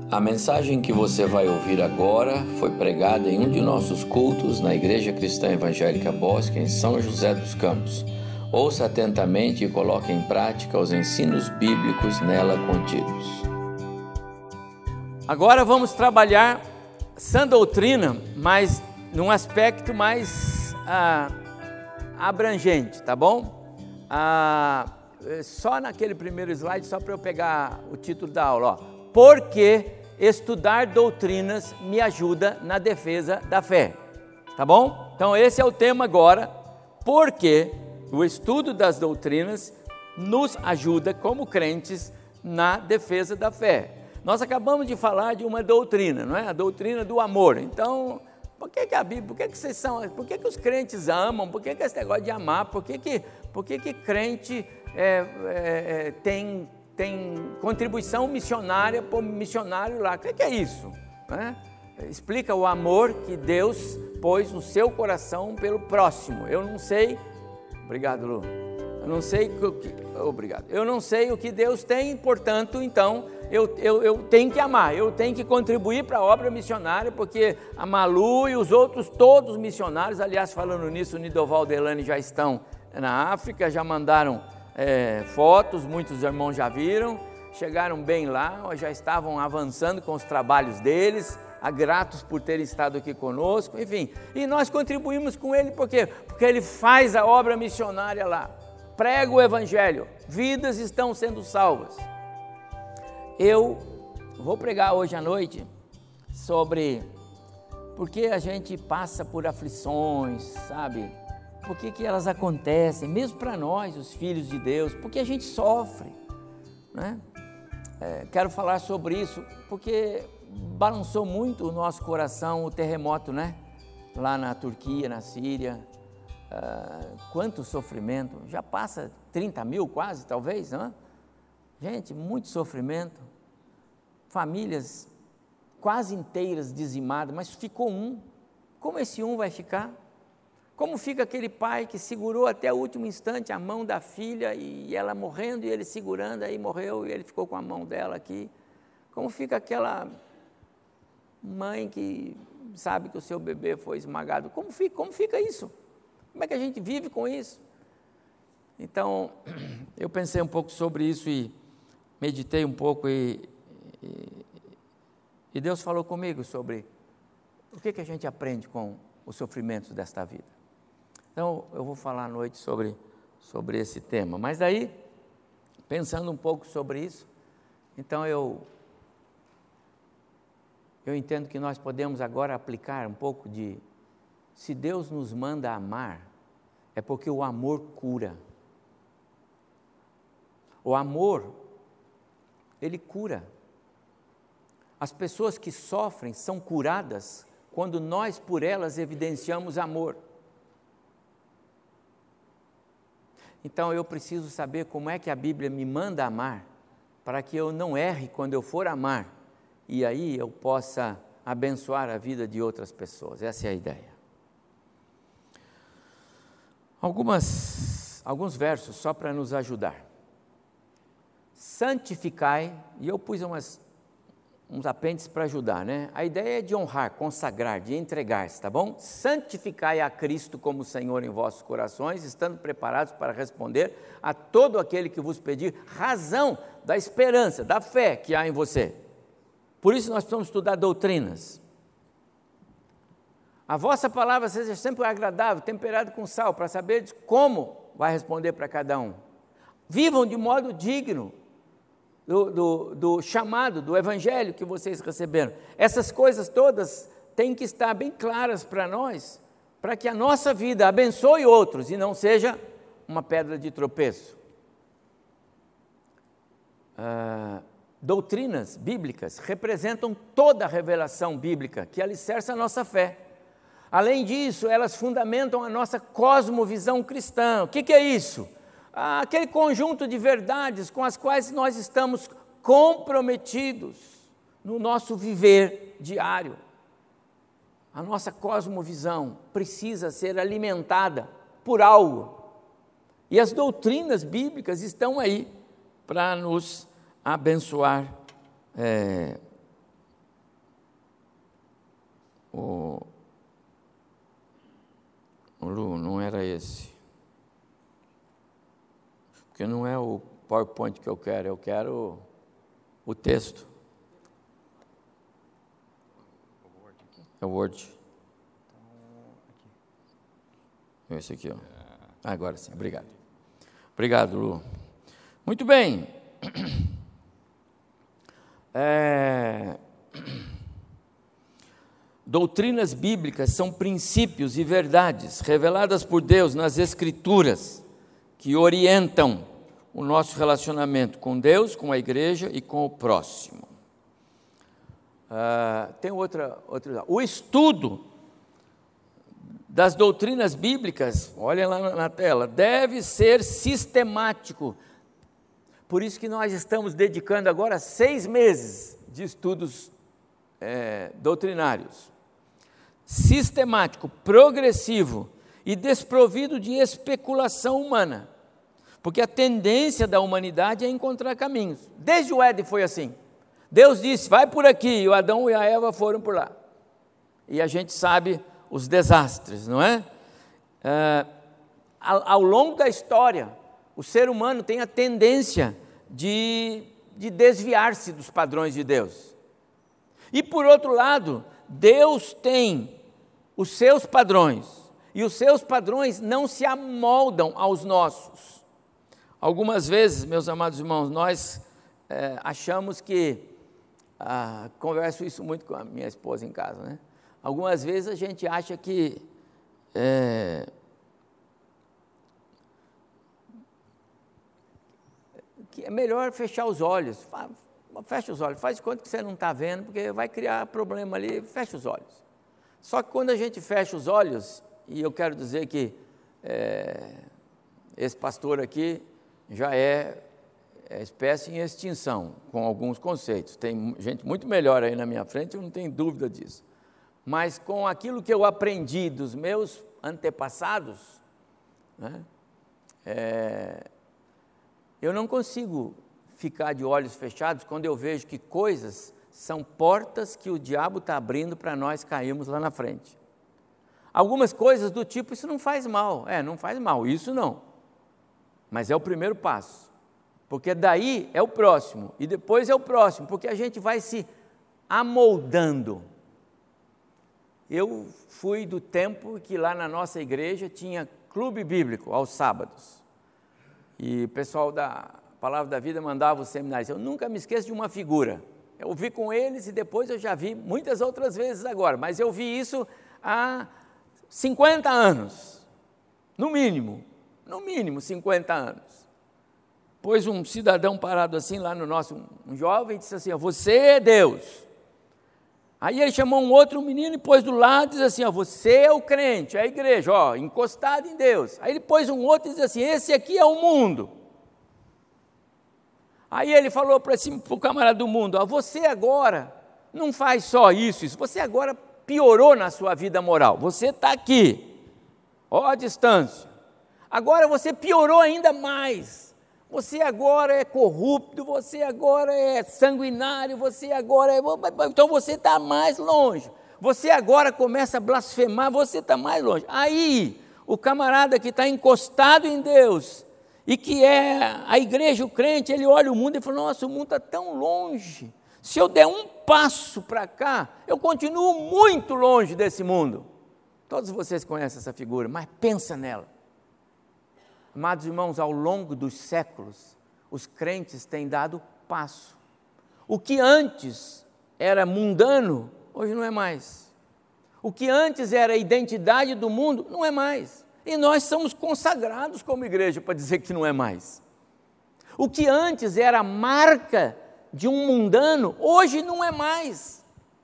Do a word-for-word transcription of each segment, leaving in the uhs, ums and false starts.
A mensagem que você vai ouvir agora foi pregada em um de nossos cultos na Igreja Cristã Evangélica Bosque, em São José dos Campos. Ouça atentamente e coloque em prática os ensinos bíblicos nela contidos. Agora vamos trabalhar sã doutrina, mas num aspecto mais ah, abrangente, tá bom? Ah, só naquele primeiro slide, só para eu pegar o título da aula, ó. Porque estudar doutrinas me ajuda na defesa da fé, tá bom? Então esse é o tema agora, porque o estudo das doutrinas nos ajuda como crentes na defesa da fé. Nós acabamos de falar de uma doutrina, não é? A doutrina do amor. Então, por que que a Bíblia, por que que vocês são, por que que os crentes amam? Por que que esse negócio de amar? Por que que, por que que crente é, é, tem, tem contribuição missionária para o missionário lá? O que que é isso? Né? Explica o amor que Deus pôs no seu coração pelo próximo. Eu não sei, obrigado, Lu. Eu não sei o que, obrigado. Eu não sei o que Deus tem, portanto, então eu, eu, eu tenho que amar, eu tenho que contribuir para a obra missionária, porque a Malu e os outros, todos missionários, aliás, falando nisso, o Nidoval e Delane já estão na África, já mandaram é, fotos, muitos irmãos já viram, chegaram bem lá, já estavam avançando com os trabalhos deles, gratos por terem estado aqui conosco, enfim, e nós contribuímos com ele, por quê? Porque ele faz a obra missionária lá, prega o evangelho, vidas estão sendo salvas. Eu vou pregar hoje à noite sobre por que a gente passa por aflições, sabe? Por que que elas acontecem, mesmo para nós, os filhos de Deus, porque a gente sofre, né? É, quero falar sobre isso, porque balançou muito o nosso coração o terremoto, né? Lá na Turquia, na Síria, uh, quanto sofrimento, já passa trinta mil quase, talvez, né? Gente, muito sofrimento, famílias quase inteiras dizimadas, mas ficou um. Como esse um vai ficar? Como fica aquele pai que segurou até o último instante a mão da filha e ela morrendo e ele segurando, aí morreu e ele ficou com a mão dela aqui? Como fica aquela mãe que sabe que o seu bebê foi esmagado? Como fica, como fica isso? Como é que a gente vive com isso? Então, eu pensei um pouco sobre isso e meditei um pouco e, e, e Deus falou comigo sobre o que, que a gente aprende com os sofrimentos desta vida. Então, eu vou falar à noite sobre, sobre esse tema. Mas daí, pensando um pouco sobre isso, então eu, eu entendo que nós podemos agora aplicar um pouco de, se Deus nos manda amar, é porque o amor cura. O amor, ele cura. As pessoas que sofrem são curadas quando nós por elas evidenciamos amor. Então eu preciso saber como é que a Bíblia me manda amar, para que eu não erre quando eu for amar, e aí eu possa abençoar a vida de outras pessoas. Essa é a ideia. Algumas, alguns versos só para nos ajudar. Santificai, e eu pus umas, uns apêndices para ajudar, né? A ideia é de honrar, consagrar, de entregar-se, tá bom? Santificai a Cristo como Senhor em vossos corações, estando preparados para responder a todo aquele que vos pedir razão da esperança, da fé que há em você. Por isso nós precisamos estudar doutrinas. A vossa palavra seja sempre agradável, temperada com sal, para saber como vai responder para cada um. Vivam de modo digno Do, do, do chamado, do evangelho que vocês receberam. Essas coisas todas têm que estar bem claras para nós, para que a nossa vida abençoe outros e não seja uma pedra de tropeço. Ah, doutrinas bíblicas representam toda a revelação bíblica que alicerça a nossa fé. Além disso, elas fundamentam a nossa cosmovisão cristã. O que, que é isso? Aquele conjunto de verdades com as quais nós estamos comprometidos no nosso viver diário. A nossa cosmovisão precisa ser alimentada por algo. E as doutrinas bíblicas estão aí para nos abençoar é, o, o Lu, não era esse. Porque não é o PowerPoint que eu quero, eu quero o, o texto. É o Word. Esse aqui, ó. Agora sim, obrigado. Obrigado, Lu. Muito bem. É... Doutrinas bíblicas são princípios e verdades reveladas por Deus nas Escrituras que orientam o nosso relacionamento com Deus, com a igreja e com o próximo. Uh, tem outra, outra. O estudo das doutrinas bíblicas, olhem lá na, na tela, deve ser sistemático. Por isso que nós estamos dedicando agora seis meses de estudos é, doutrinários. Sistemático, progressivo e desprovido de especulação humana. Porque a tendência da humanidade é encontrar caminhos. Desde o Éden foi assim. Deus disse, vai por aqui, e o Adão e a Eva foram por lá. E a gente sabe os desastres, não é? é ao, ao longo da história, o ser humano tem a tendência de, de desviar-se dos padrões de Deus. E por outro lado, Deus tem os seus padrões, e os seus padrões não se amoldam aos nossos. Algumas vezes, meus amados irmãos, nós é, achamos que, ah, converso isso muito com a minha esposa em casa, né? Algumas vezes a gente acha que é, que é melhor fechar os olhos. Fecha os olhos, faz de conta que você não está vendo, porque vai criar problema ali, fecha os olhos. Só que quando a gente fecha os olhos, e eu quero dizer que é, esse pastor aqui já é, é espécie em extinção, com alguns conceitos. Tem gente muito melhor aí na minha frente, eu não tenho dúvida disso. Mas com aquilo que eu aprendi dos meus antepassados, né, é, eu não consigo ficar de olhos fechados quando eu vejo que coisas são portas que o diabo está abrindo para nós cairmos lá na frente. Algumas coisas do tipo, isso não faz mal. É, não faz mal, isso não. Mas é o primeiro passo. Porque daí é o próximo, e depois é o próximo, porque a gente vai se amoldando. Eu fui do tempo que lá na nossa igreja tinha clube bíblico aos sábados. E o pessoal da Palavra da Vida mandava os seminários. Eu nunca me esqueço de uma figura. Eu vi com eles e depois eu já vi muitas outras vezes agora, mas eu vi isso há cinquenta anos, no mínimo, no mínimo cinquenta anos. Pois um cidadão parado assim lá no nosso, um jovem, disse assim, ó, você é Deus. Aí ele chamou um outro menino e pôs do lado e disse assim, ó, você é o crente, é a igreja, ó, encostado em Deus. Aí ele pôs um outro e disse assim, esse aqui é o mundo. Aí ele falou para o camarada do mundo, ó, você agora não faz só isso, isso, você agora piorou na sua vida moral, você está aqui, ó a distância. Agora você piorou ainda mais. Você agora é corrupto, você agora é sanguinário, você agora é... Então você está mais longe. Você agora começa a blasfemar, você está mais longe. Aí, o camarada que está encostado em Deus, e que é a igreja, o crente, ele olha o mundo e fala, nossa, o mundo está tão longe. Se eu der um passo para cá, eu continuo muito longe desse mundo. Todos vocês conhecem essa figura, mas pensa nela. Amados irmãos, ao longo dos séculos, os crentes têm dado passo. O que antes era mundano, hoje não é mais. O que antes era a identidade do mundo, não é mais. E nós somos consagrados como igreja para dizer que não é mais. O que antes era a marca de um mundano, hoje não é mais.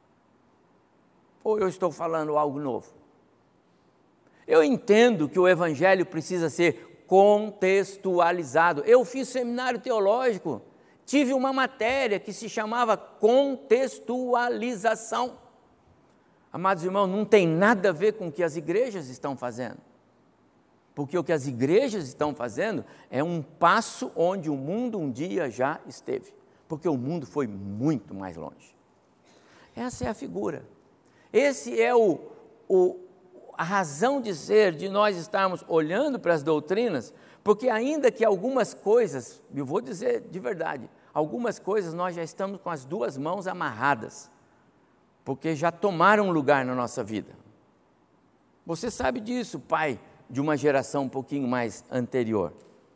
Ou eu estou falando algo novo? Eu entendo que o evangelho precisa ser contextualizado. Eu fiz seminário teológico, tive uma matéria que se chamava contextualização. Amados irmãos, não tem nada a ver com o que as igrejas estão fazendo. Porque o que as igrejas estão fazendo é um passo onde o mundo um dia já esteve. Porque o mundo foi muito mais longe. Essa é a figura. Esse é o, o, a razão de ser de nós estarmos olhando para as doutrinas, porque ainda que algumas coisas, eu vou dizer de verdade, algumas coisas nós já estamos com as duas mãos amarradas, porque já tomaram lugar na nossa vida. Você sabe disso, pai de uma geração um pouquinho mais anterior.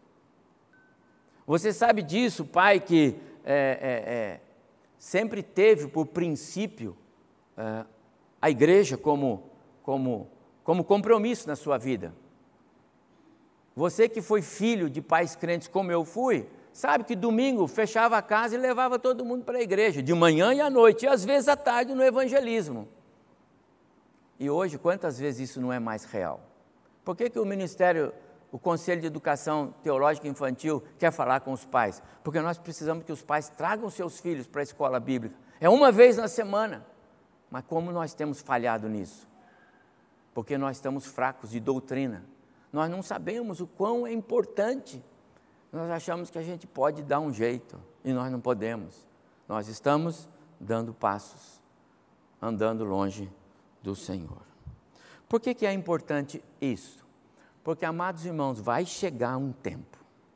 Você sabe disso, pai que é, é, é, sempre teve por princípio é, a igreja como, como, como compromisso na sua vida. Você que foi filho de pais crentes como eu fui, sabe que domingo fechava a casa e levava todo mundo para a igreja, de manhã e à noite, e às vezes à tarde no evangelismo. E hoje, quantas vezes isso não é mais real? Por que que o Ministério, o Conselho de Educação Teológica Infantil quer falar com os pais? Porque nós precisamos que os pais tragam seus filhos para a escola bíblica. É uma vez na semana. Mas como nós temos falhado nisso? Porque nós estamos fracos de doutrina. Nós não sabemos o quão é importante. Nós achamos que a gente pode dar um jeito e nós não podemos. Nós estamos dando passos, andando longe do Senhor. Por que que é importante isso? Porque, amados irmãos, vai chegar um tempo.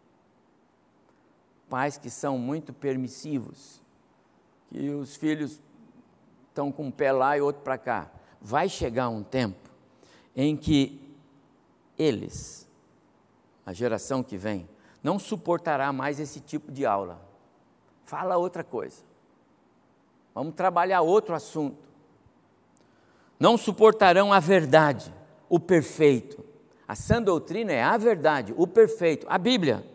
Pais que são muito permissivos, que os filhos estão com um pé lá e outro para cá. Vai chegar um tempo em que eles, a geração que vem, não suportará mais esse tipo de aula. Fala outra coisa. Vamos trabalhar outro assunto. Não suportarão a verdade, o perfeito. A sã doutrina é a verdade, o perfeito, a Bíblia.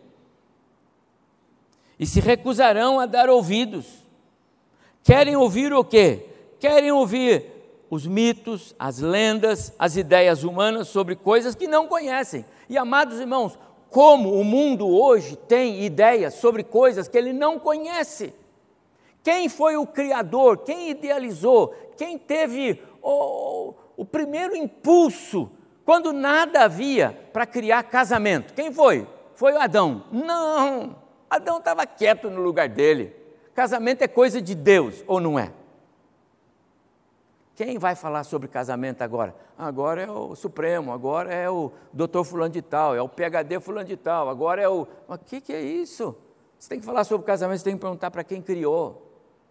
E se recusarão a dar ouvidos. Querem ouvir o quê? Querem ouvir os mitos, as lendas, as ideias humanas sobre coisas que não conhecem. E, amados irmãos, como o mundo hoje tem ideias sobre coisas que ele não conhece. Quem foi o criador? Quem idealizou? Quem teve o, o primeiro impulso, quando nada havia, para criar casamento? Quem foi? Foi o Adão. Não, Adão estava quieto no lugar dele. Casamento é coisa de Deus, ou não é? Quem vai falar sobre casamento agora? Agora é o Supremo, agora é o doutor fulano de tal, é o P H D fulano de tal, agora é o... Mas o que, que é isso? Você tem que falar sobre casamento, você tem que perguntar para quem criou.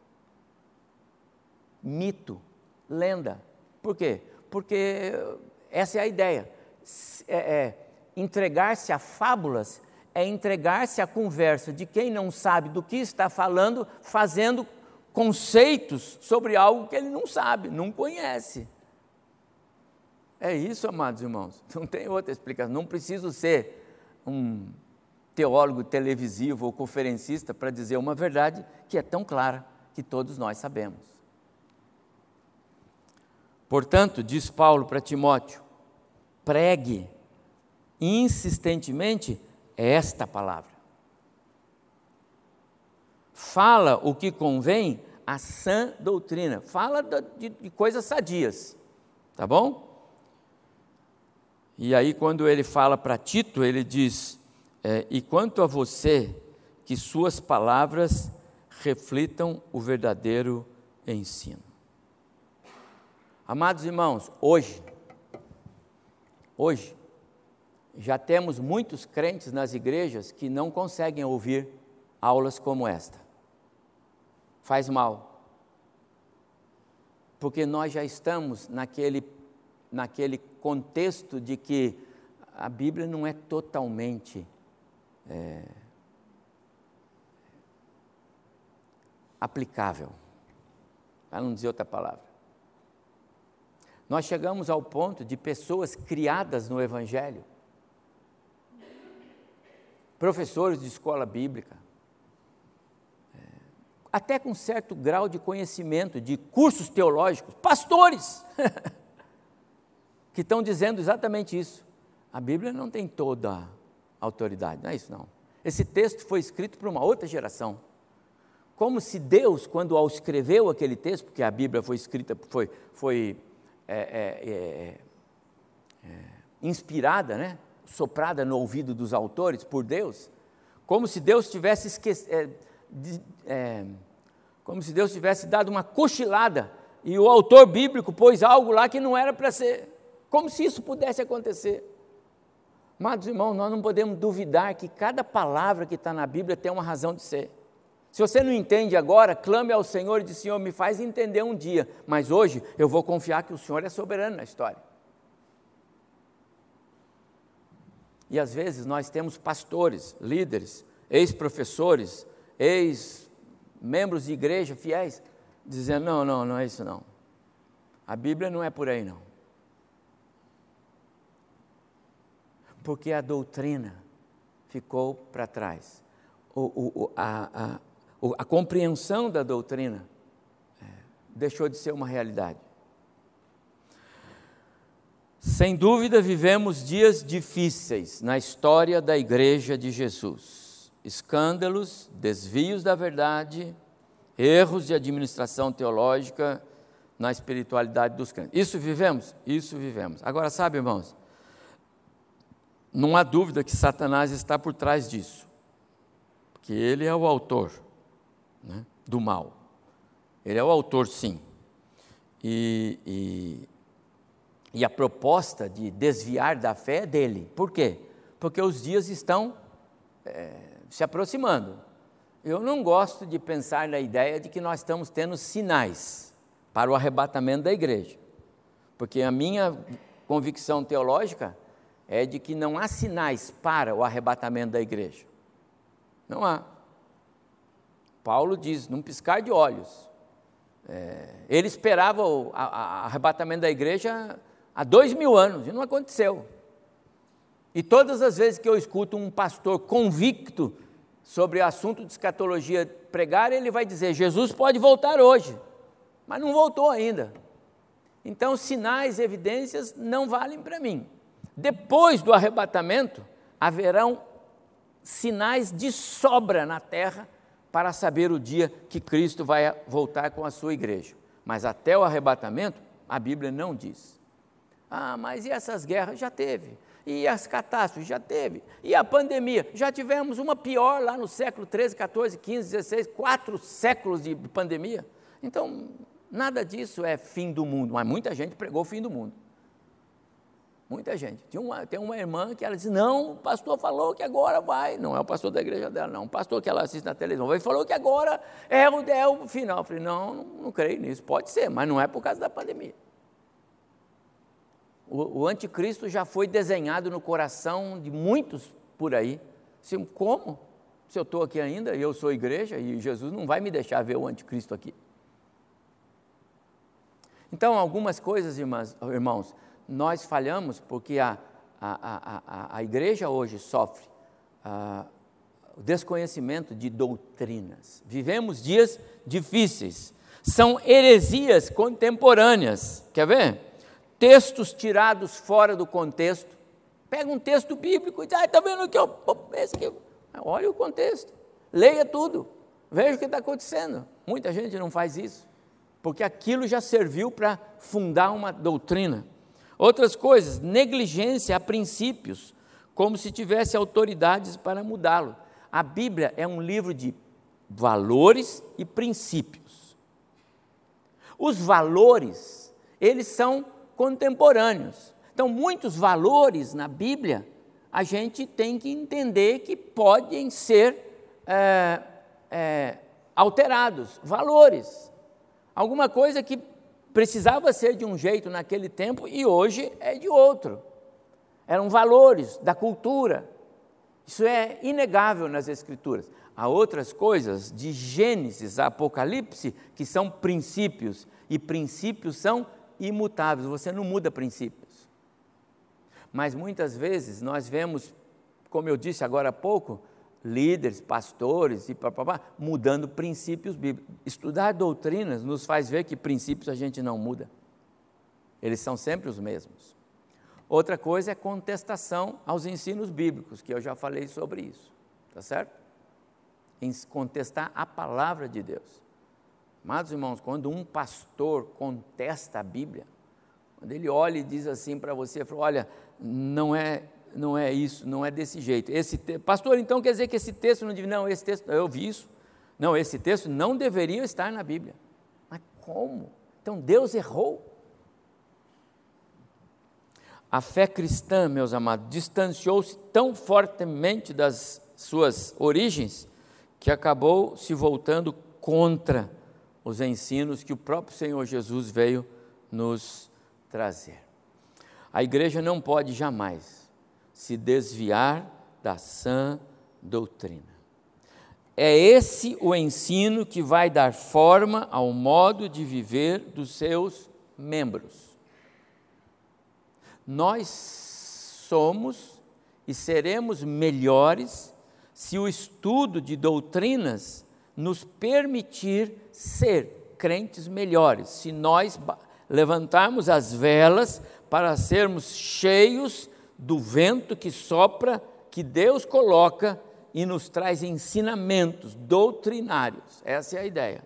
Mito, lenda. Por quê? Porque essa é a ideia. É, é, entregar-se a fábulas é entregar-se à conversa de quem não sabe do que está falando, fazendo conceitos sobre algo que ele não sabe, não conhece. É isso, amados irmãos, não tem outra explicação. Não preciso ser um teólogo televisivo ou conferencista para dizer uma verdade que é tão clara que todos nós sabemos. Portanto, diz Paulo para Timóteo, pregue insistentemente esta palavra. Fala o que convém à sã doutrina. Fala de, de coisas sadias, tá bom? E aí quando ele fala para Tito, ele diz, é, e quanto a você, que suas palavras reflitam o verdadeiro ensino. Amados irmãos, hoje, hoje, já temos muitos crentes nas igrejas que não conseguem ouvir aulas como esta. Faz mal, porque nós já estamos naquele, naquele contexto de que a Bíblia não é totalmente é, aplicável, para não dizer outra palavra. Nós chegamos ao ponto de pessoas criadas no Evangelho, professores de escola bíblica, até com certo grau de conhecimento, de cursos teológicos, pastores, que estão dizendo exatamente isso. A Bíblia não tem toda a autoridade, não é isso não. Esse texto foi escrito para uma outra geração. Como se Deus, quando ao escreveu aquele texto, porque a Bíblia foi escrita, foi, foi é, é, é, é, inspirada, né? soprada no ouvido dos autores por Deus, como se Deus tivesse esquecido, é, de, é, como se Deus tivesse dado uma cochilada e o autor bíblico pôs algo lá que não era para ser, como se isso pudesse acontecer. Amados irmãos, nós não podemos duvidar que cada palavra que está na Bíblia tem uma razão de ser. Se você não entende agora, clame ao Senhor e diz: Senhor, me faz entender um dia, mas hoje eu vou confiar que o Senhor é soberano na história. E às vezes nós temos pastores, líderes, ex-professores, ex-membros de igreja fiéis, dizendo: não, não, não é isso não. A Bíblia não é por aí não. Porque a doutrina ficou para trás. O, o, a, a, a compreensão da doutrina é, deixou de ser uma realidade. Sem dúvida, vivemos dias difíceis na história da Igreja de Jesus. Escândalos, desvios da verdade, erros de administração teológica na espiritualidade dos crentes. Isso vivemos? Isso vivemos. Agora, sabe, irmãos, não há dúvida que Satanás está por trás disso, porque ele é o autor, né, do mal. Ele é o autor, sim. E, e, e a proposta de desviar da fé é dele. Por quê? Porque os dias estão é, se aproximando. Eu não gosto de pensar na ideia de que nós estamos tendo sinais para o arrebatamento da igreja, porque a minha convicção teológica é de que não há sinais para o arrebatamento da igreja. Não há. Paulo diz, num piscar de olhos, é, ele esperava o a, a arrebatamento da igreja há dois mil anos, e não aconteceu. E todas as vezes que eu escuto um pastor convicto sobre o assunto de escatologia pregar, ele vai dizer: Jesus pode voltar hoje, mas não voltou ainda. Então, sinais, evidências não valem para mim. Depois do arrebatamento, haverão sinais de sobra na terra para saber o dia que Cristo vai voltar com a sua igreja. Mas até o arrebatamento, a Bíblia não diz. Ah, mas e essas guerras? Já teve. E as catástrofes? Já teve. E a pandemia? Já tivemos uma pior lá no século treze, quatorze, quinze, dezesseis, quatro séculos de pandemia. Então, nada disso é fim do mundo, mas muita gente pregou o fim do mundo. Muita gente. Tem uma, tem uma irmã que ela disse: não, o pastor falou que agora vai. Não é o pastor da igreja dela, não. O pastor que ela assiste na televisão. Ele falou que agora é o, é o final. Eu falei: não, não, não creio nisso. Pode ser, mas não é por causa da pandemia. O, o anticristo já foi desenhado no coração de muitos por aí. Assim, como? Se eu estou aqui ainda e eu sou igreja, e Jesus não vai me deixar ver o anticristo aqui. Então, algumas coisas, irmãs, irmãos, nós falhamos porque a, a, a, a igreja hoje sofre a, o desconhecimento de doutrinas. Vivemos dias difíceis. São heresias contemporâneas. Quer ver? Textos tirados fora do contexto. Pega um texto bíblico e diz: ah, está vendo que eu, esse aqui. Olha o contexto. Leia tudo. Veja o que está acontecendo. Muita gente não faz isso, porque aquilo já serviu para fundar uma doutrina. Outras coisas, negligência a princípios, como se tivesse autoridades para mudá-lo. A Bíblia é um livro de valores e princípios. Os valores, eles são contemporâneos. Então, muitos valores na Bíblia, a gente tem que entender que podem ser é, é, alterados. Valores. Alguma coisa que precisava ser de um jeito naquele tempo e hoje é de outro. Eram valores da cultura. Isso é inegável nas Escrituras. Há outras coisas, de Gênesis a Apocalipse, que são princípios, e princípios são imutáveis. Você não muda princípios. Mas muitas vezes nós vemos, como eu disse agora há pouco, líderes, pastores e papapá, mudando princípios bíblicos. Estudar doutrinas nos faz ver que princípios a gente não muda. Eles são sempre os mesmos. Outra coisa é contestação aos ensinos bíblicos, que eu já falei sobre isso. Tá certo? Em contestar a palavra de Deus. Amados irmãos, quando um pastor contesta a Bíblia, quando ele olha e diz assim para você, olha, não é... não é isso, não é desse jeito. Esse te... Pastor, então quer dizer que esse texto não devia... Não, esse texto, eu vi isso. Não, esse texto não deveria estar na Bíblia. Mas como? Então Deus errou. A fé cristã, meus amados, distanciou-se tão fortemente das suas origens que acabou se voltando contra os ensinos que o próprio Senhor Jesus veio nos trazer. A igreja não pode jamais se desviar da sã doutrina. É esse o ensino que vai dar forma ao modo de viver dos seus membros. Nós somos e seremos melhores se o estudo de doutrinas nos permitir ser crentes melhores, se nós levantarmos as velas para sermos cheios do vento que sopra, que Deus coloca e nos traz ensinamentos doutrinários. Essa é a ideia.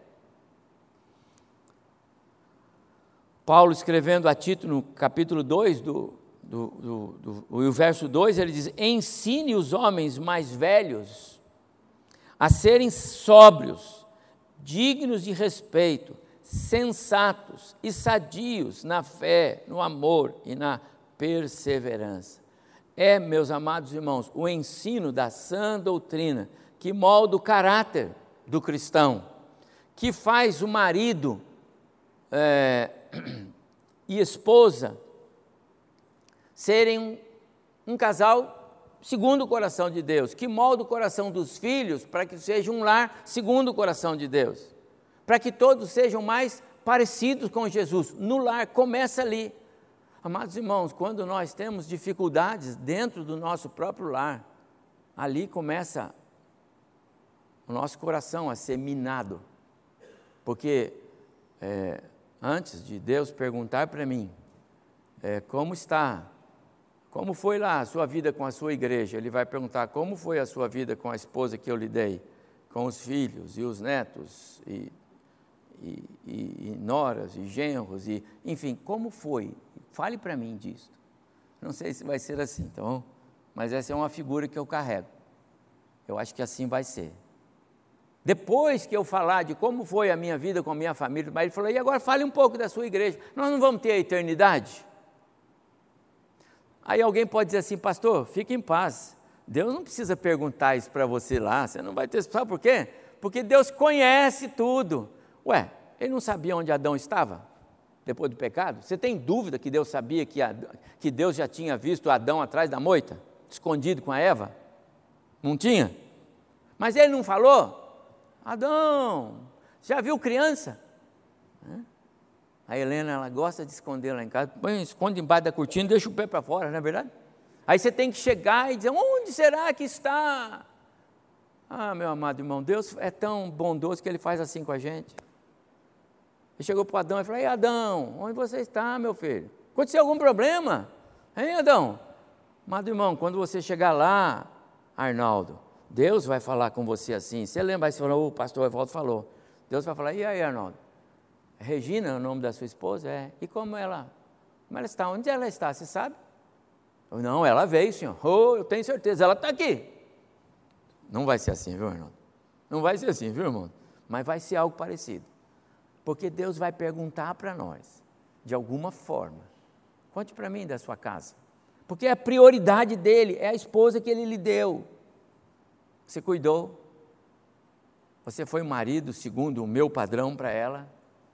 Paulo, escrevendo a Tito, no capítulo dois, do, do, do, do, o verso dois, ele diz: ensine os homens mais velhos a serem sóbrios, dignos de respeito, sensatos e sadios na fé, no amor e na perseverança. É, meus amados irmãos, o ensino da sã doutrina que molda o caráter do cristão, que faz o marido é, e esposa serem um, um casal segundo o coração de Deus, que molda o coração dos filhos para que seja um lar segundo o coração de Deus, para que todos sejam mais parecidos com Jesus. No lar, começa ali. Amados irmãos, quando nós temos dificuldades dentro do nosso próprio lar, ali começa o nosso coração a ser minado, porque é, antes de Deus perguntar para mim, é, como está, como foi lá a sua vida com a sua igreja, Ele vai perguntar como foi a sua vida com a esposa que eu lhe dei, com os filhos e os netos, e, e, e, e noras e genros, e, enfim, como foi? Fale para mim disso. Não sei se vai ser assim, tá bom? Mas essa é uma figura que eu carrego. Eu acho que assim vai ser. Depois que eu falar de como foi a minha vida com a minha família, mas ele falou, e agora fale um pouco da sua igreja. Nós não vamos ter a eternidade? Aí alguém pode dizer assim, pastor, fique em paz. Deus não precisa perguntar isso para você lá, você não vai ter... Sabe por quê? Porque Deus conhece tudo. Ué, Ele não sabia onde Adão estava depois do pecado? Você tem dúvida que Deus sabia que, Adão, que Deus já tinha visto Adão atrás da moita, escondido com a Eva? Não tinha? Mas Ele não falou? Adão, já viu criança? A Helena, ela gosta de esconder lá em casa, põe, esconde embaixo da cortina e deixa o pé para fora, não é verdade? Aí você tem que chegar e dizer, onde será que está? Ah, meu amado irmão, Deus é tão bondoso que Ele faz assim com a gente. Ele chegou para Adão e falou, ei Adão, onde você está, meu filho? Aconteceu algum problema? Hein, Adão? Amado irmão, quando você chegar lá, Arnaldo, Deus vai falar com você assim. Você lembra, aí você falou, o pastor Evaldo falou. Deus vai falar, e aí, Arnaldo? Regina é o nome da sua esposa? É. E como ela? Como ela está? Onde ela está? Você sabe? Eu, não, ela veio, senhor. Oh, eu tenho certeza, ela está aqui. Não vai ser assim, viu, Arnaldo? Não vai ser assim, viu, irmão? Mas vai ser algo parecido. Porque Deus vai perguntar para nós, de alguma forma, conte para mim da sua casa. Porque a prioridade dele é a esposa que ele lhe deu. Você cuidou? Você foi marido segundo o meu padrão para ela?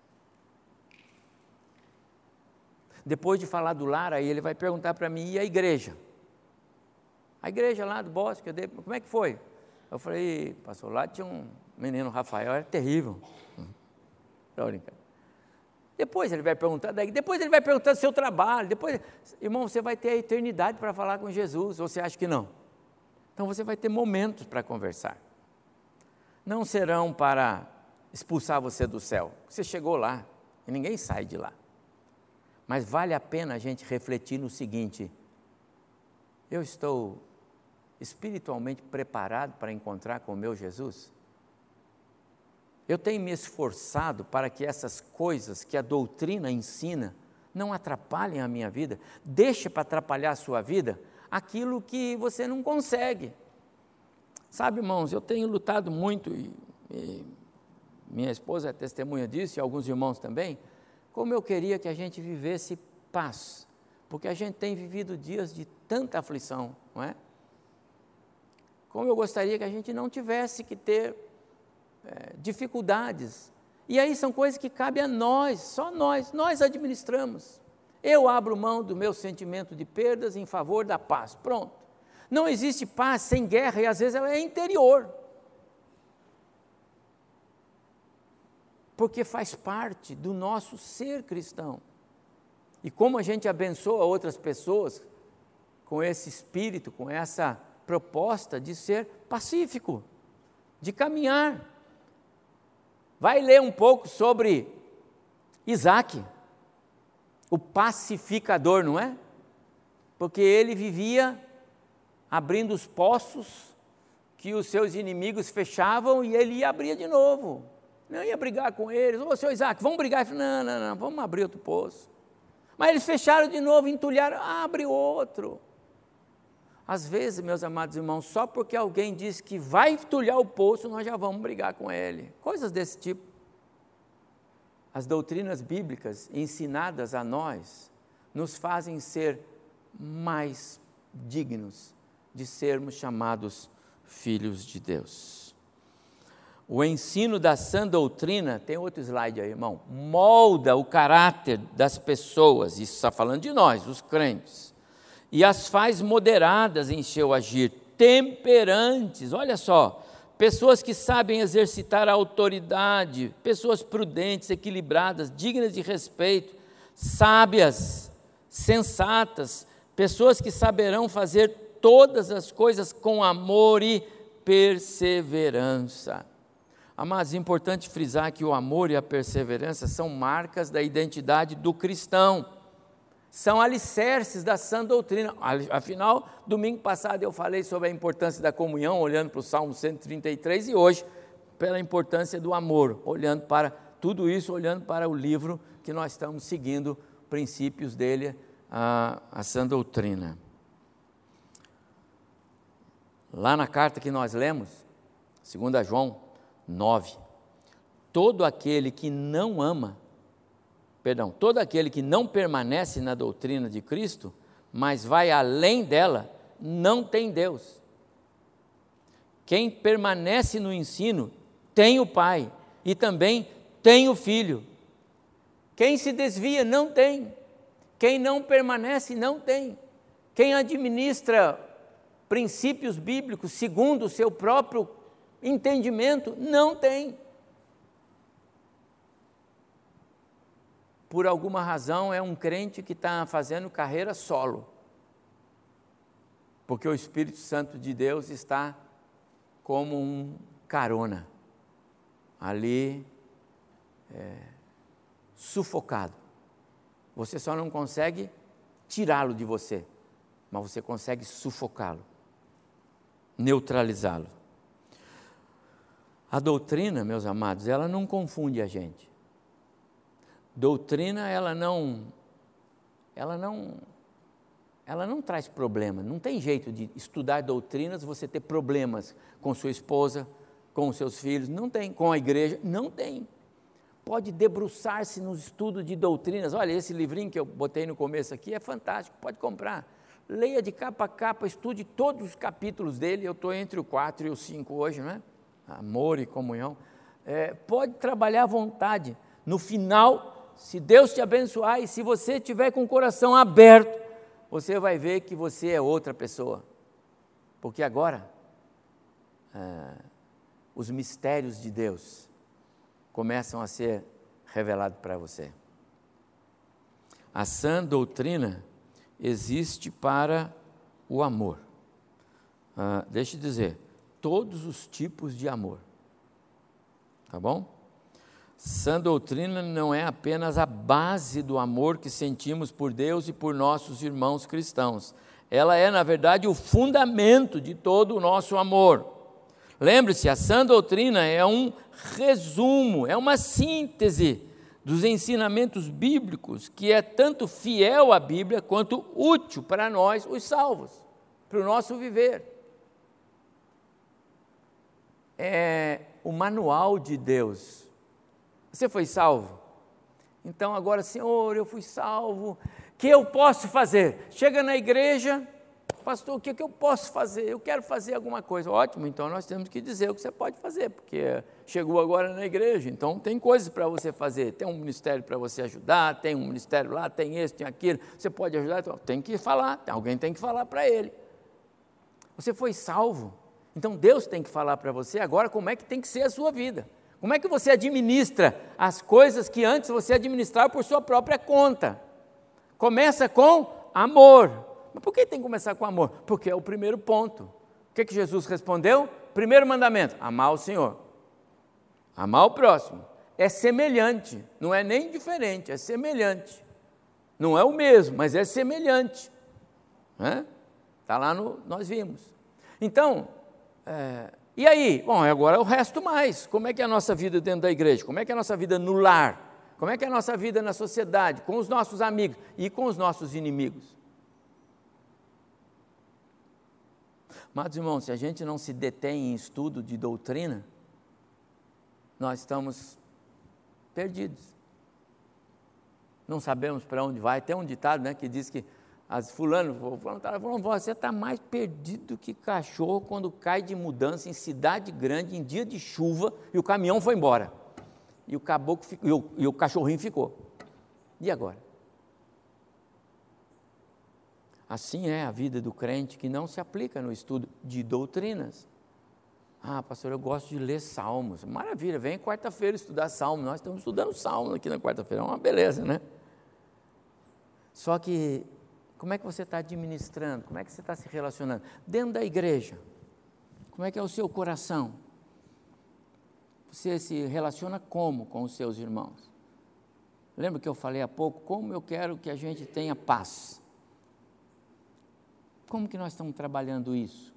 Depois de falar do lar, aí ele vai perguntar para mim, e a igreja? A igreja lá do Bosque, eu dei, como é que foi? Eu falei, pastor, lá tinha um menino, Rafael, era terrível. Não, brincar. Depois ele vai perguntar, daí, depois ele vai perguntar do seu trabalho, depois, irmão, você vai ter a eternidade para falar com Jesus, ou você acha que não? Então você vai ter momentos para conversar. Não serão para expulsar você do céu, você chegou lá e ninguém sai de lá. Mas vale a pena a gente refletir no seguinte, eu estou espiritualmente preparado para encontrar com o meu Jesus? Eu tenho me esforçado para que essas coisas que a doutrina ensina não atrapalhem a minha vida, deixe para atrapalhar a sua vida aquilo que você não consegue. Sabe, irmãos, eu tenho lutado muito, e, e minha esposa é testemunha disso, e alguns irmãos também, como eu queria que a gente vivesse paz, porque a gente tem vivido dias de tanta aflição, não é? Como eu gostaria que a gente não tivesse que ter é, dificuldades. E aí são coisas que cabem a nós, só nós, nós administramos. Eu abro mão do meu sentimento de perdas em favor da paz, pronto. Não existe paz sem guerra e às vezes ela é interior. Porque faz parte do nosso ser cristão. E como a gente abençoa outras pessoas com esse espírito, com essa proposta de ser pacífico, de caminhar. Vai ler um pouco sobre Isaac, o pacificador, não é? Porque ele vivia abrindo os poços que os seus inimigos fechavam e ele ia abrir de novo. Não ia brigar com eles. Ô, seu Isaac, vamos brigar? Ele falou, não, não, não, vamos abrir outro poço. Mas eles fecharam de novo, entulharam, abre outro. Às vezes, meus amados irmãos, só porque alguém diz que vai entulhar o poço, nós já vamos brigar com ele. Coisas desse tipo. As doutrinas bíblicas ensinadas a nós, nos fazem ser mais dignos de sermos chamados filhos de Deus. O ensino da sã doutrina, tem outro slide aí, irmão, molda o caráter das pessoas, isso está falando de nós, os crentes, e as faz moderadas em seu agir, temperantes, olha só, pessoas que sabem exercitar a autoridade, pessoas prudentes, equilibradas, dignas de respeito, sábias, sensatas, pessoas que saberão fazer todas as coisas com amor e perseverança. Amados, é importante frisar que o amor e a perseverança são marcas da identidade do cristão, são alicerces da sã doutrina. Afinal, domingo passado eu falei sobre a importância da comunhão, olhando para o Salmo cento e trinta e três, e hoje, pela importância do amor, olhando para tudo isso, olhando para o livro que nós estamos seguindo, princípios dele, a, a sã doutrina. Lá na carta que nós lemos, segunda João nove, todo aquele que não ama, perdão, todo aquele que não permanece na doutrina de Cristo, mas vai além dela, não tem Deus. Quem permanece no ensino tem o Pai e também tem o Filho. Quem se desvia não tem. Quem não permanece não tem. Quem administra princípios bíblicos segundo o seu próprio entendimento não tem. Por alguma razão, é um crente que está fazendo carreira solo, porque o Espírito Santo de Deus está como um carona, ali, é, sufocado. Você só não consegue tirá-lo de você, mas você consegue sufocá-lo, neutralizá-lo. A doutrina, meus amados, ela não confunde a gente. Doutrina, ela não, ela não, ela não traz problema. Não tem jeito de estudar doutrinas, você ter problemas com sua esposa, com os seus filhos, não tem. Com a igreja, não tem. Pode debruçar-se no estudo de doutrinas. Olha, esse livrinho que eu botei no começo aqui é fantástico, pode comprar. Leia de capa a capa, estude todos os capítulos dele. Eu estou entre o quatro e o cinco hoje, não é? Amor e comunhão. É, pode trabalhar à vontade. No final, se Deus te abençoar e se você tiver com o coração aberto, você vai ver que você é outra pessoa. Porque agora, ah, os mistérios de Deus começam a ser revelados para você. A sã doutrina existe para o amor. Ah, deixa eu dizer, todos os tipos de amor. Tá bom? Sã doutrina não é apenas a base do amor que sentimos por Deus e por nossos irmãos cristãos. Ela é, na verdade, o fundamento de todo o nosso amor. Lembre-se, a sã doutrina é um resumo, é uma síntese dos ensinamentos bíblicos que é tanto fiel à Bíblia quanto útil para nós, os salvos, para o nosso viver. É o manual de Deus. Você foi salvo? Então agora, Senhor, eu fui salvo, o que eu posso fazer? Chega na igreja, pastor, o que, que eu posso fazer? Eu quero fazer alguma coisa. Ótimo, então nós temos que dizer o que você pode fazer, porque chegou agora na igreja, então tem coisas para você fazer, tem um ministério para você ajudar, tem um ministério lá, tem esse, tem aquilo, você pode ajudar, então tem que falar, alguém tem que falar para ele. Você foi salvo, então Deus tem que falar para você agora como é que tem que ser a sua vida. Como é que você administra as coisas que antes você administrava por sua própria conta? Começa com amor. Mas por que tem que começar com amor? Porque é o primeiro ponto. O que, que Jesus respondeu? Primeiro mandamento, amar o Senhor. Amar o próximo. É semelhante, não é nem diferente, é semelhante. Não é o mesmo, mas é semelhante. Está lá no, nós vimos. Então, é, e aí? Bom, agora é o resto mais. Como é que é a nossa vida dentro da igreja? Como é que é a nossa vida no lar? Como é que é a nossa vida na sociedade? Com os nossos amigos e com os nossos inimigos? Amados irmãos, se a gente não se detém em estudo de doutrina, nós estamos perdidos. Não sabemos para onde vai. Tem um ditado, né, que diz que as fulano, fulano tá falando, você está mais perdido que cachorro quando cai de mudança em cidade grande, em dia de chuva, e o caminhão foi embora. E o caboclo ficou, e o, e o cachorrinho ficou. E agora? Assim é a vida do crente que não se aplica no estudo de doutrinas. Ah, pastor, eu gosto de ler salmos. Maravilha, vem quarta-feira estudar salmos. Nós estamos estudando salmos aqui na quarta-feira, é uma beleza, né? Só que, como é que você está administrando? Como é que você está se relacionando? Dentro da igreja, como é que é o seu coração? Você se relaciona como com os seus irmãos? Lembra que eu falei há pouco, como eu quero que a gente tenha paz? Como que nós estamos trabalhando isso?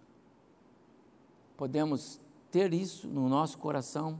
Podemos ter isso no nosso coração?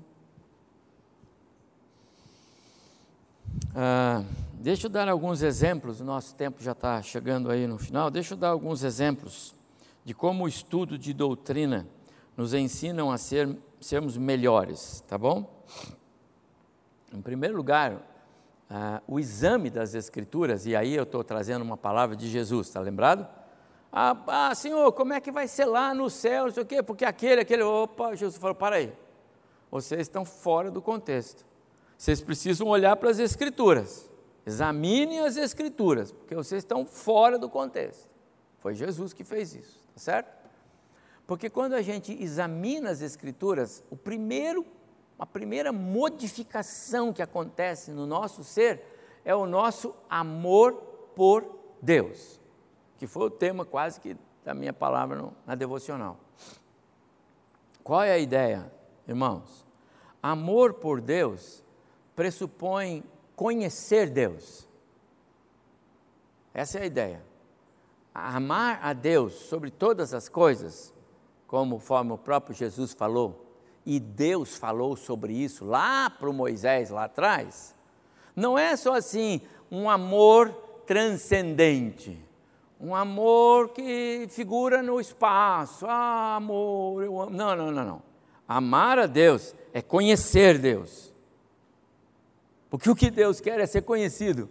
Ah, deixa eu dar alguns exemplos, o nosso tempo já está chegando aí no final, deixa eu dar alguns exemplos de como o estudo de doutrina nos ensinam a ser, sermos melhores, tá bom? Em primeiro lugar, ah, o exame das Escrituras, e aí eu estou trazendo uma palavra de Jesus, está lembrado? Ah, ah, Senhor, como é que vai ser lá no céu, não sei o quê, porque aquele, aquele, opa, Jesus falou, para aí, vocês estão fora do contexto, vocês precisam olhar para as Escrituras, examinem as Escrituras, porque vocês estão fora do contexto, foi Jesus que fez isso, tá certo? Porque quando a gente examina as Escrituras, o primeiro, a primeira modificação que acontece no nosso ser, é o nosso amor por Deus, que foi o tema quase que da minha palavra no, na devocional. Qual é a ideia, irmãos? Amor por Deus pressupõe conhecer Deus. Essa é a ideia. Amar a Deus sobre todas as coisas, conforme o próprio Jesus falou, e Deus falou sobre isso lá para o Moisés, lá atrás, não é só assim um amor transcendente, um amor que figura no espaço, ah, amor, eu amo. Não, não, não, não. Amar a Deus é conhecer Deus. Porque o que Deus quer é ser conhecido.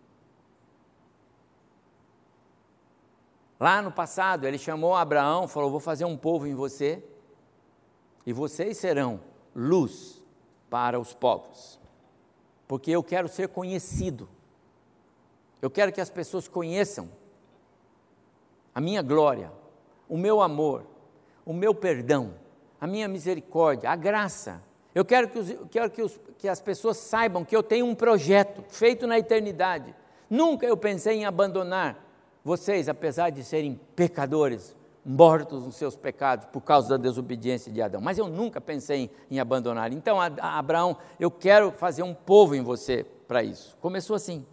Lá no passado, Ele chamou Abraão, falou, vou fazer um povo em você, e vocês serão luz para os povos, porque eu quero ser conhecido. Eu quero que as pessoas conheçam a minha glória, o meu amor, o meu perdão, a minha misericórdia, a graça. Eu quero que, os, quero que, os, que as pessoas saibam que eu tenho um projeto feito na eternidade. Nunca eu pensei em abandonar vocês, apesar de serem pecadores, mortos nos seus pecados por causa da desobediência de Adão. Mas eu nunca pensei em, em abandonar. Então, a, a Abraão, eu quero fazer um povo em você para isso. Começou assim.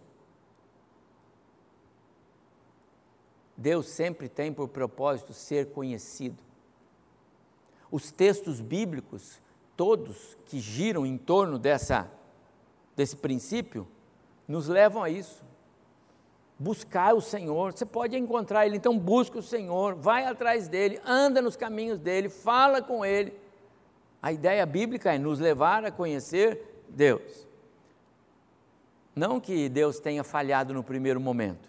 Deus sempre tem por propósito ser conhecido. Os textos bíblicos, todos que giram em torno dessa, desse princípio, nos levam a isso. Buscar o Senhor, você pode encontrar Ele, então busca o Senhor, vai atrás dEle, anda nos caminhos dEle, fala com Ele. A ideia bíblica é nos levar a conhecer Deus. Não que Deus tenha falhado no primeiro momento,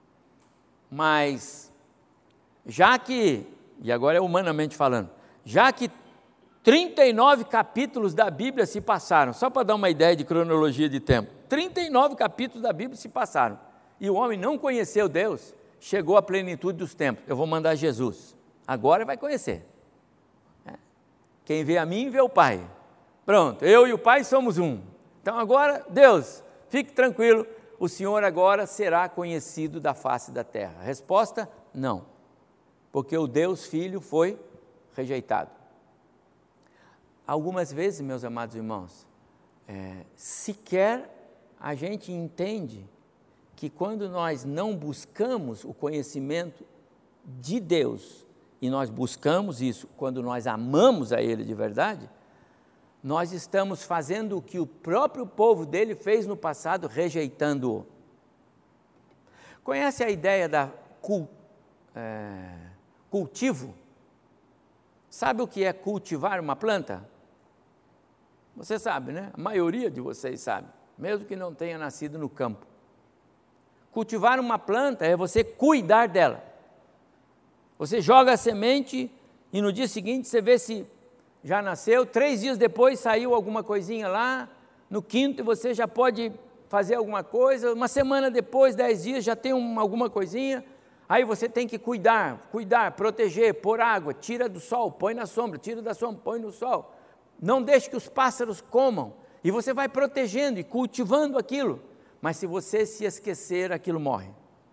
mas já que, e agora é humanamente falando, já que trinta e nove capítulos da Bíblia se passaram, só para dar uma ideia de cronologia de tempo, trinta e nove capítulos da Bíblia se passaram, e o homem não conheceu Deus, chegou à plenitude dos tempos, eu vou mandar Jesus, agora vai conhecer. Quem vê a mim, vê o Pai. Pronto, eu e o Pai somos um. Então agora, Deus, fique tranquilo, o Senhor agora será conhecido da face da terra. Resposta, não, porque o Deus Filho foi rejeitado. Algumas vezes, meus amados irmãos, é, sequer a gente entende que quando nós não buscamos o conhecimento de Deus, e nós buscamos isso quando nós amamos a Ele de verdade, nós estamos fazendo o que o próprio povo dele fez no passado, rejeitando-o. Conhece a ideia da cul, é, cultivo? Sabe o que é cultivar uma planta? Você sabe, né? A maioria de vocês sabe, mesmo que não tenha nascido no campo. Cultivar uma planta é você cuidar dela. Você joga a semente e no dia seguinte você vê se já nasceu, três dias depois saiu alguma coisinha lá, no quinto você já pode fazer alguma coisa, uma semana depois, dez dias, já tem uma, alguma coisinha, aí você tem que cuidar, cuidar, proteger, pôr água, tira do sol, põe na sombra, tira da sombra, põe no sol, não deixe que os pássaros comam, e você vai protegendo e cultivando aquilo, mas se você se esquecer, aquilo morre.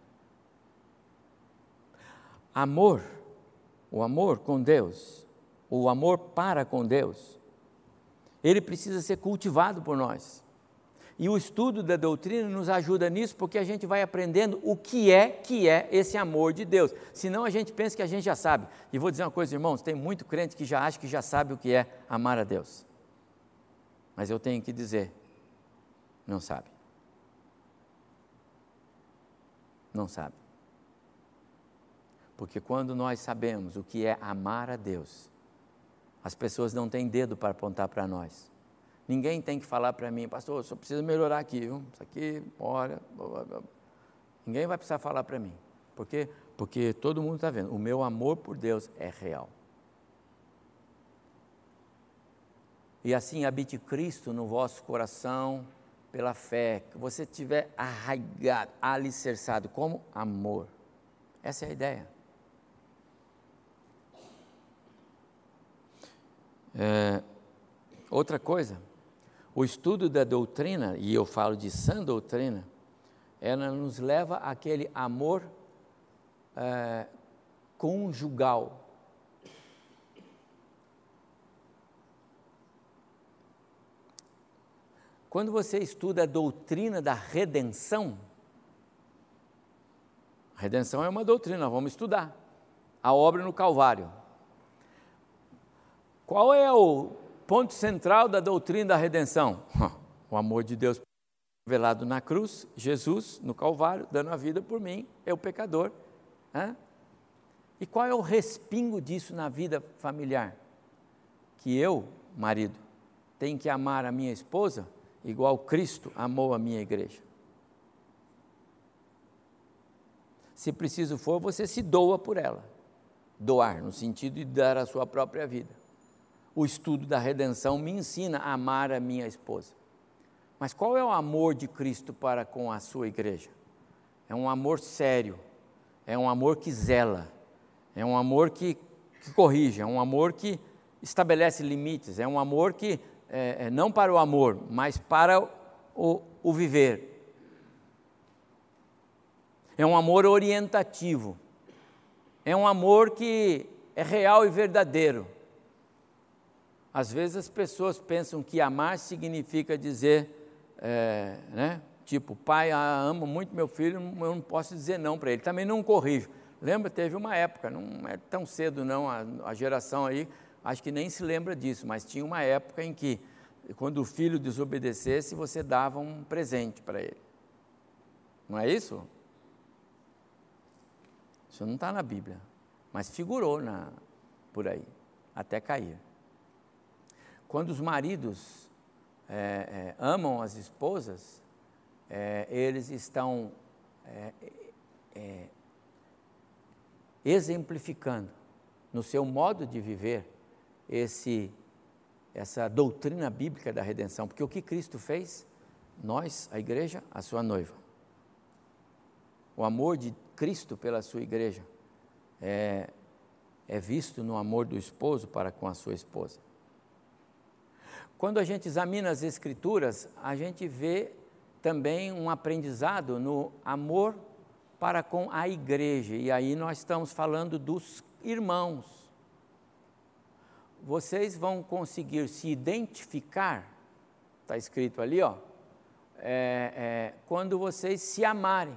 Amor, o amor com Deus, o amor para com Deus, ele precisa ser cultivado por nós. E o estudo da doutrina nos ajuda nisso, porque a gente vai aprendendo o que é que é esse amor de Deus. Senão a gente pensa que a gente já sabe. E vou dizer uma coisa, irmãos, tem muito crente que já acha que já sabe o que é amar a Deus. Mas eu tenho que dizer, não sabe. Não sabe. Porque quando nós sabemos o que é amar a Deus, as pessoas não têm dedo para apontar para nós. Ninguém tem que falar para mim, pastor, eu só preciso melhorar aqui, viu? Isso aqui, olha, blá, blá, blá. Ninguém vai precisar falar para mim. Por quê? Porque todo mundo está vendo, o meu amor por Deus é real. E assim habite Cristo no vosso coração, pela fé, que você tiver arraigado, alicerçado, como amor. Essa é a ideia. É, outra coisa, o estudo da doutrina, e eu falo de sã doutrina, ela nos leva àquele amor é, conjugal. Quando você estuda a doutrina da redenção, a redenção é uma doutrina, vamos estudar, a obra no Calvário. Qual é o ponto central da doutrina da redenção? O amor de Deus revelado na cruz, Jesus no Calvário, dando a vida por mim, eu pecador. Hã? E qual é o respingo disso na vida familiar? Que eu, marido, tenho que amar a minha esposa igual Cristo amou a minha igreja. Se preciso for, você se doa por ela. Doar, no sentido de dar a sua própria vida. O estudo da redenção me ensina a amar a minha esposa. Mas qual é o amor de Cristo para com a sua igreja? É um amor sério, é um amor que zela, é um amor que, que corrige, é um amor que estabelece limites, é um amor que, é, é, não para o amor, mas para o, o viver. É um amor orientativo, é um amor que é real e verdadeiro. Às vezes as pessoas pensam que amar significa dizer, é, né, tipo, pai, amo muito meu filho, eu não posso dizer não para ele, também não corrijo. Lembra, teve uma época, não é tão cedo não, a, a geração aí, acho que nem se lembra disso, mas tinha uma época em que, quando o filho desobedecesse, você dava um presente para ele. Não é isso? Isso não está na Bíblia, mas figurou na, por aí, até cair. Quando os maridos é, é, amam as esposas, é, eles estão é, é, exemplificando no seu modo de viver esse, essa doutrina bíblica da redenção, porque o que Cristo fez, nós, a igreja, a sua noiva. O amor de Cristo pela sua igreja é, é visto no amor do esposo para com a sua esposa. Quando a gente examina as Escrituras, a gente vê também um aprendizado no amor para com a igreja, e aí nós estamos falando dos irmãos. Vocês vão conseguir se identificar, está escrito ali, ó, é, é, quando vocês se amarem.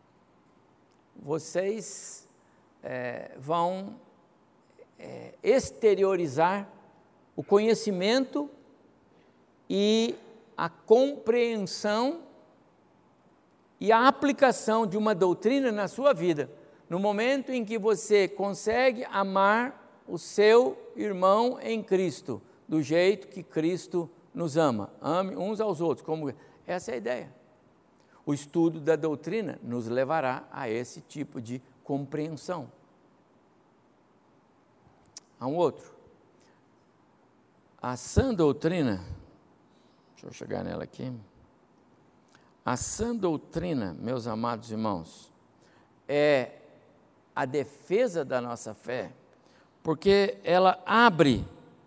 Vocês é, vão é, exteriorizar o conhecimento e a compreensão e a aplicação de uma doutrina na sua vida, no momento em que você consegue amar o seu irmão em Cristo, do jeito que Cristo nos ama. Ame uns aos outros. Como... Essa é a ideia. O estudo da doutrina nos levará a esse tipo de compreensão. Há um outro. A sã doutrina, deixa eu chegar nela aqui. A sã doutrina, meus amados irmãos, é a defesa da nossa fé, porque ela abre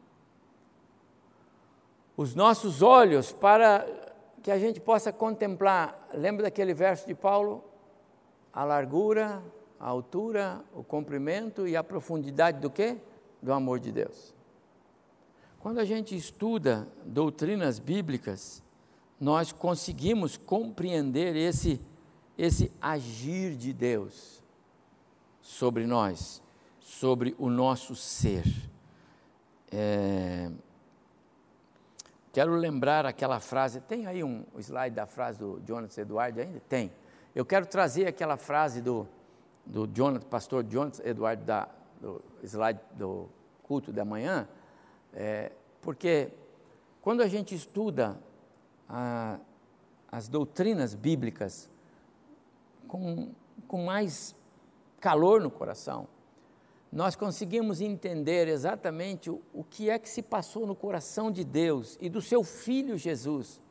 os nossos olhos para que a gente possa contemplar. Lembra daquele verso de Paulo? A largura, a altura, o comprimento e a profundidade do quê? Do amor de Deus. Quando a gente estuda doutrinas bíblicas, nós conseguimos compreender esse, esse agir de Deus sobre nós, sobre o nosso ser. É, quero lembrar aquela frase, tem aí um slide da frase do Jonathan Edwards ainda? Tem. Eu quero trazer aquela frase do, do Jonathan, pastor Jonathan Edwards, da, do slide do culto da manhã, é, porque quando a gente estuda a, as doutrinas bíblicas com, com mais calor no coração, nós conseguimos entender exatamente o, o que é que se passou no coração de Deus e do seu Filho Jesus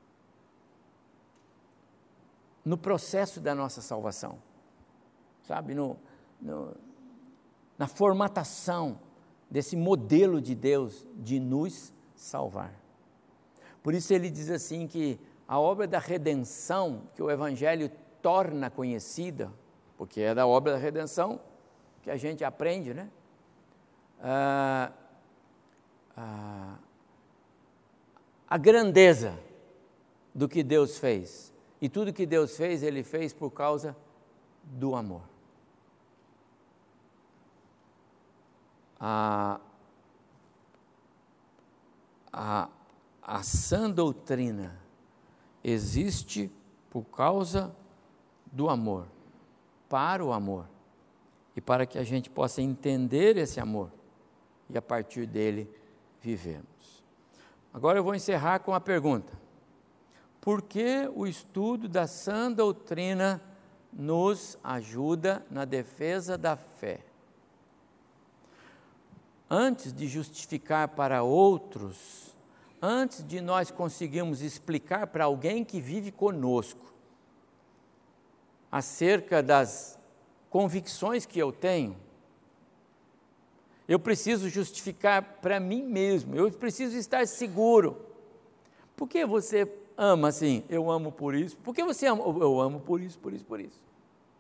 no processo da nossa salvação, sabe, no, no, na formatação desse modelo de Deus de nos salvar. Por isso ele diz assim que a obra da redenção, que o Evangelho torna conhecida, porque é da obra da redenção que a gente aprende, né? Ah, ah, a grandeza do que Deus fez. E tudo que Deus fez, Ele fez por causa do amor. A, a, a sã doutrina existe por causa do amor, para o amor, e para que a gente possa entender esse amor e a partir dele vivermos. Agora eu vou encerrar com a pergunta: por que o estudo da sã doutrina nos ajuda na defesa da fé? Antes de justificar para outros, antes de nós conseguirmos explicar para alguém que vive conosco acerca das convicções que eu tenho, eu preciso justificar para mim mesmo, eu preciso estar seguro. Por que você ama assim? Eu amo por isso. Por que você ama? Eu amo por isso, por isso, por isso.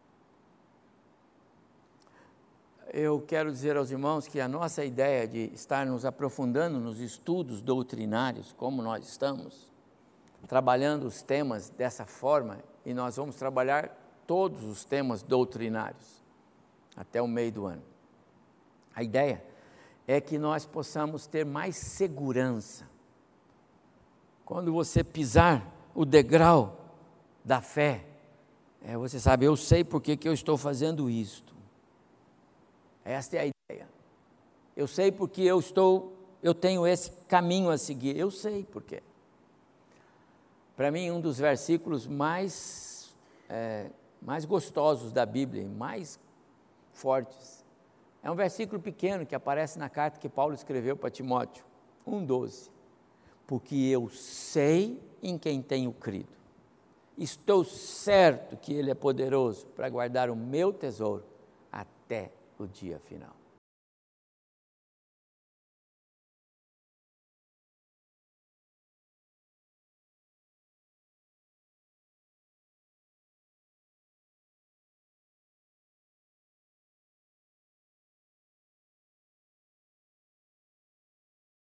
Eu quero dizer aos irmãos que a nossa ideia de estar nos aprofundando nos estudos doutrinários, como nós estamos, trabalhando os temas dessa forma, e nós vamos trabalhar todos os temas doutrinários, até o meio do ano. A ideia é que nós possamos ter mais segurança. Quando você pisar o degrau da fé, é, você sabe, eu sei por que que eu estou fazendo isto. Esta é a ideia. Eu sei porque eu estou, eu tenho esse caminho a seguir, eu sei por quê. para mim, um dos versículos mais, é, mais gostosos da Bíblia, e mais fortes. É um versículo pequeno que aparece na carta que Paulo escreveu para Timóteo, um doze. Porque eu sei em quem tenho crido. Estou certo que Ele é poderoso para guardar o meu tesouro até o dia final.